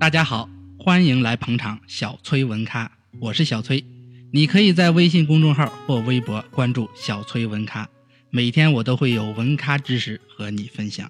大家好，欢迎来捧场小崔文咖，我是小崔。你可以在微信公众号或微博关注小崔文咖，每天我都会有文咖知识和你分享。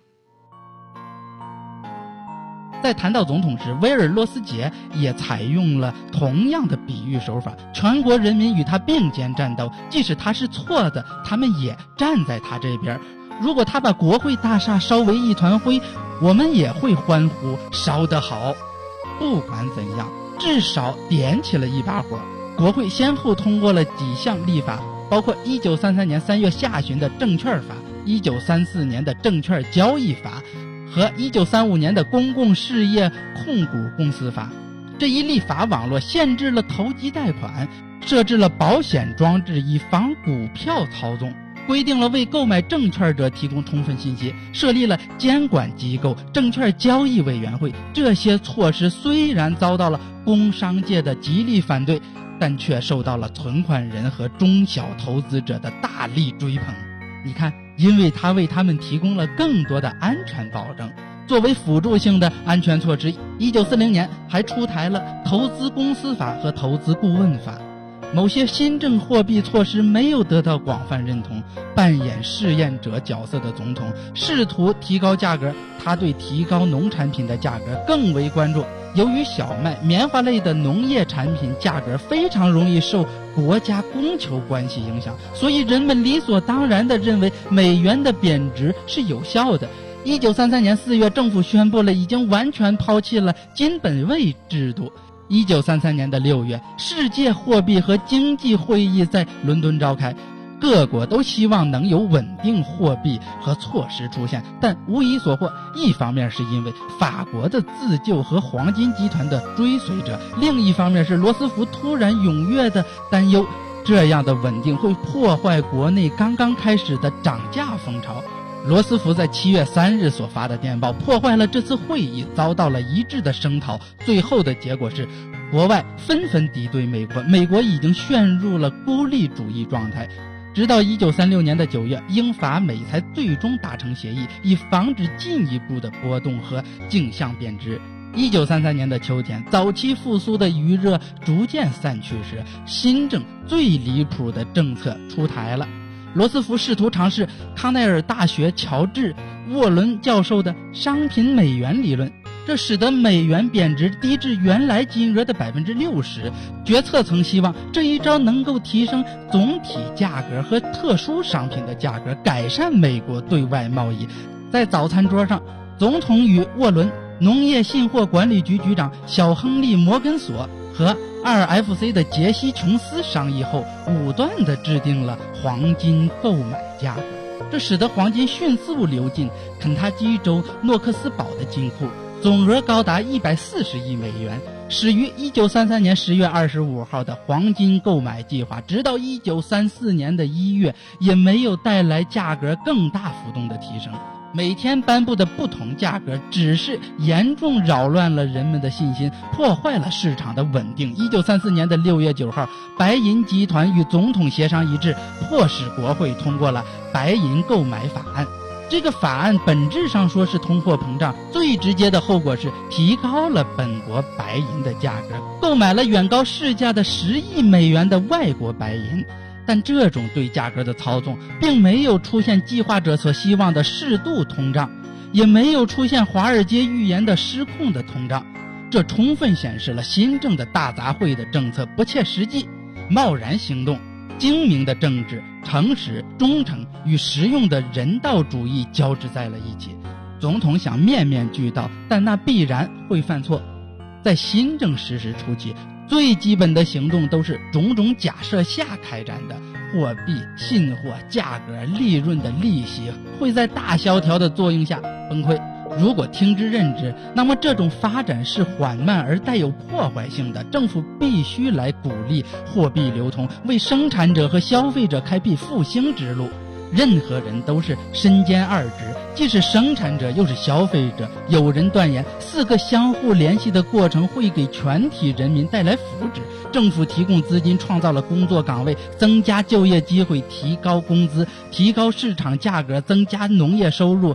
在谈到总统时，维尔洛斯杰也采用了同样的比喻手法，全国人民与他并肩战斗，即使他是错的，他们也站在他这边。如果他把国会大厦烧为一团灰，我们也会欢呼烧得好。不管怎样，至少点起了一把火。国会先后通过了几项立法，包括1933年3月下旬的证券法、1934年的证券交易法和1935年的公共事业控股公司法。这一立法网络限制了投机贷款，设置了保险装置以防股票操纵，规定了为购买证券者提供充分信息，设立了监管机构证券交易委员会。这些措施虽然遭到了工商界的极力反对，但却受到了存款人和中小投资者的大力追捧。你看，因为它为他们提供了更多的安全保证。作为辅助性的安全措施，1940年还出台了投资公司法和投资顾问法。某些新政货币措施没有得到广泛认同，扮演试验者角色的总统试图提高价格，他对提高农产品的价格更为关注。由于小麦、棉花类的农业产品价格非常容易受国家供求关系影响，所以人们理所当然地认为美元的贬值是有效的。1933年4月，政府宣布了已经完全抛弃了金本位制度。1933年6月，世界货币和经济会议在伦敦召开，各国都希望能有稳定货币和措施出现，但无一所获。一方面是因为法国的自救和黄金集团的追随者，另一方面是罗斯福突然踊跃的担忧，这样的稳定会破坏国内刚刚开始的涨价风潮。罗斯福在7月3日所发的电报破坏了这次会议，遭到了一致的声讨。最后的结果是国外纷纷敌对美国，美国已经陷入了孤立主义状态。直到1936年9月，英法美才最终达成协议，以防止进一步的波动和镜像贬值。1933年秋天，早期复苏的余热逐渐散去时，新政最离谱的政策出台了。罗斯福试图尝试康奈尔大学乔治·沃伦教授的商品美元理论，这使得美元贬值低至原来金额的 60%。 决策层希望这一招能够提升总体价格和特殊商品的价格，改善美国对外贸易。在早餐桌上，总统与沃伦、农业信货管理局局长小亨利·摩根索和2FC 的杰西·琼斯商议后，武断地制定了黄金购买价格，这使得黄金迅速流进肯塔基州诺克斯堡的金库，总额高达140亿美元。始于1933年10月25号的黄金购买计划，直到1934年1月，也没有带来价格更大幅度的提升。每天颁布的不同价格只是严重扰乱了人们的信心，破坏了市场的稳定。1934年6月9号，白银集团与总统协商一致，迫使国会通过了白银购买法案。这个法案本质上说是通货膨胀，最直接的后果是提高了本国白银的价格，购买了远高市价的10亿美元的外国白银。但这种对价格的操纵并没有出现计划者所希望的适度通胀，也没有出现华尔街预言的失控的通胀。这充分显示了新政的大杂烩的政策不切实际，贸然行动，精明的政治、诚实、忠诚与实用的人道主义交织在了一起。总统想面面俱到，但那必然会犯错。在新政实施初期，最基本的行动都是种种假设下开展的，货币、信货、价格、利润的利息会在大萧条的作用下崩溃。如果听之任之，那么这种发展是缓慢而带有破坏性的。政府必须来鼓励货币流通，为生产者和消费者开辟复兴之路。任何人都是身兼二职，既是生产者又是消费者。有人断言，4个相互联系的过程会给全体人民带来福祉。政府提供资金，创造了工作岗位，增加就业机会，提高工资，提高市场价格，增加农业收入。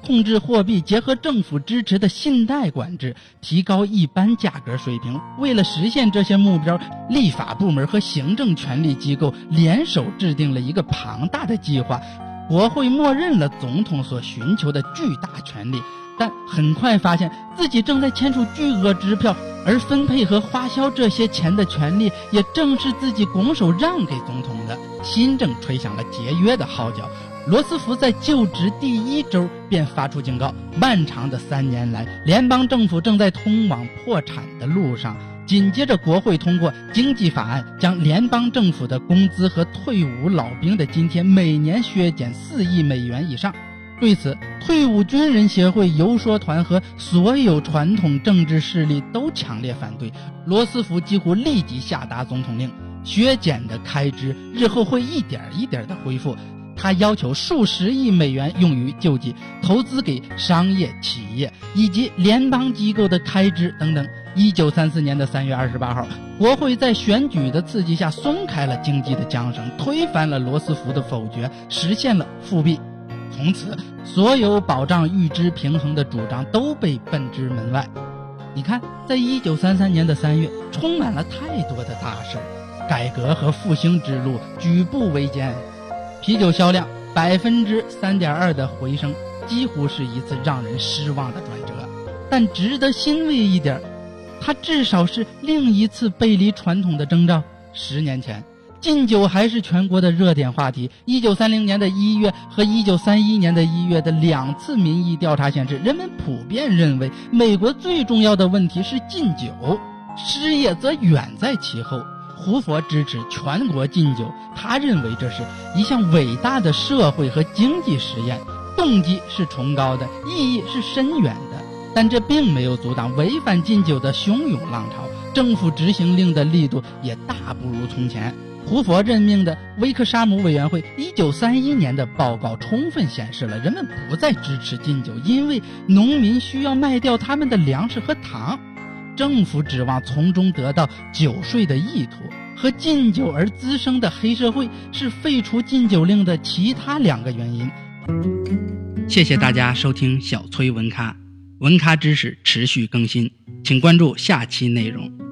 控制货币结合政府支持的信贷管制，提高一般价格水平。为了实现这些目标，立法部门和行政权力机构联手制定了一个庞大的计划。国会默认了总统所寻求的巨大权力，但很快发现自己正在签署巨额支票，而分配和花销这些钱的权利也正是自己拱手让给总统的。新政吹响了节约的号角，罗斯福在就职第1周便发出警告，漫长的3年来，联邦政府正在通往破产的路上。紧接着国会通过经济法案，将联邦政府的工资和退伍老兵的津贴每年削减4亿美元以上。对此，退伍军人协会、游说团和所有传统政治势力都强烈反对。罗斯福几乎立即下达总统令，削减的开支日后会一点一点的恢复。他要求数十亿美元用于救济、投资给商业企业以及联邦机构的开支等等。1934年的3月28号，国会在选举的刺激下松开了经济的缰绳，推翻了罗斯福的否决，实现了复辟。从此，所有保障预支平衡的主张都被奔之门外。你看，在1933年的3月，充满了太多的大事，改革和复兴之路举步维艰。啤酒销量3.2%的回升，几乎是一次让人失望的转折。但值得欣慰一点，它至少是另一次背离传统的征兆。10年前，禁酒还是全国的热点话题。1930年的1月和1931年的1月的2次民意调查显示，人们普遍认为美国最重要的问题是禁酒，失业则远在其后。胡佛支持全国禁酒，他认为这是一项伟大的社会和经济实验，动机是崇高的，意义是深远的。但这并没有阻挡违反禁酒的汹涌浪潮，政府执行令的力度也大不如从前。胡佛任命的威克沙姆委员会1931年的报告充分显示了人们不再支持禁酒，因为农民需要卖掉他们的粮食和糖。政府指望从中得到酒税的意图和禁酒而滋生的黑社会是废除禁酒令的其他2个原因。谢谢大家收听小崔文咖，文咖知识持续更新，请关注下期内容。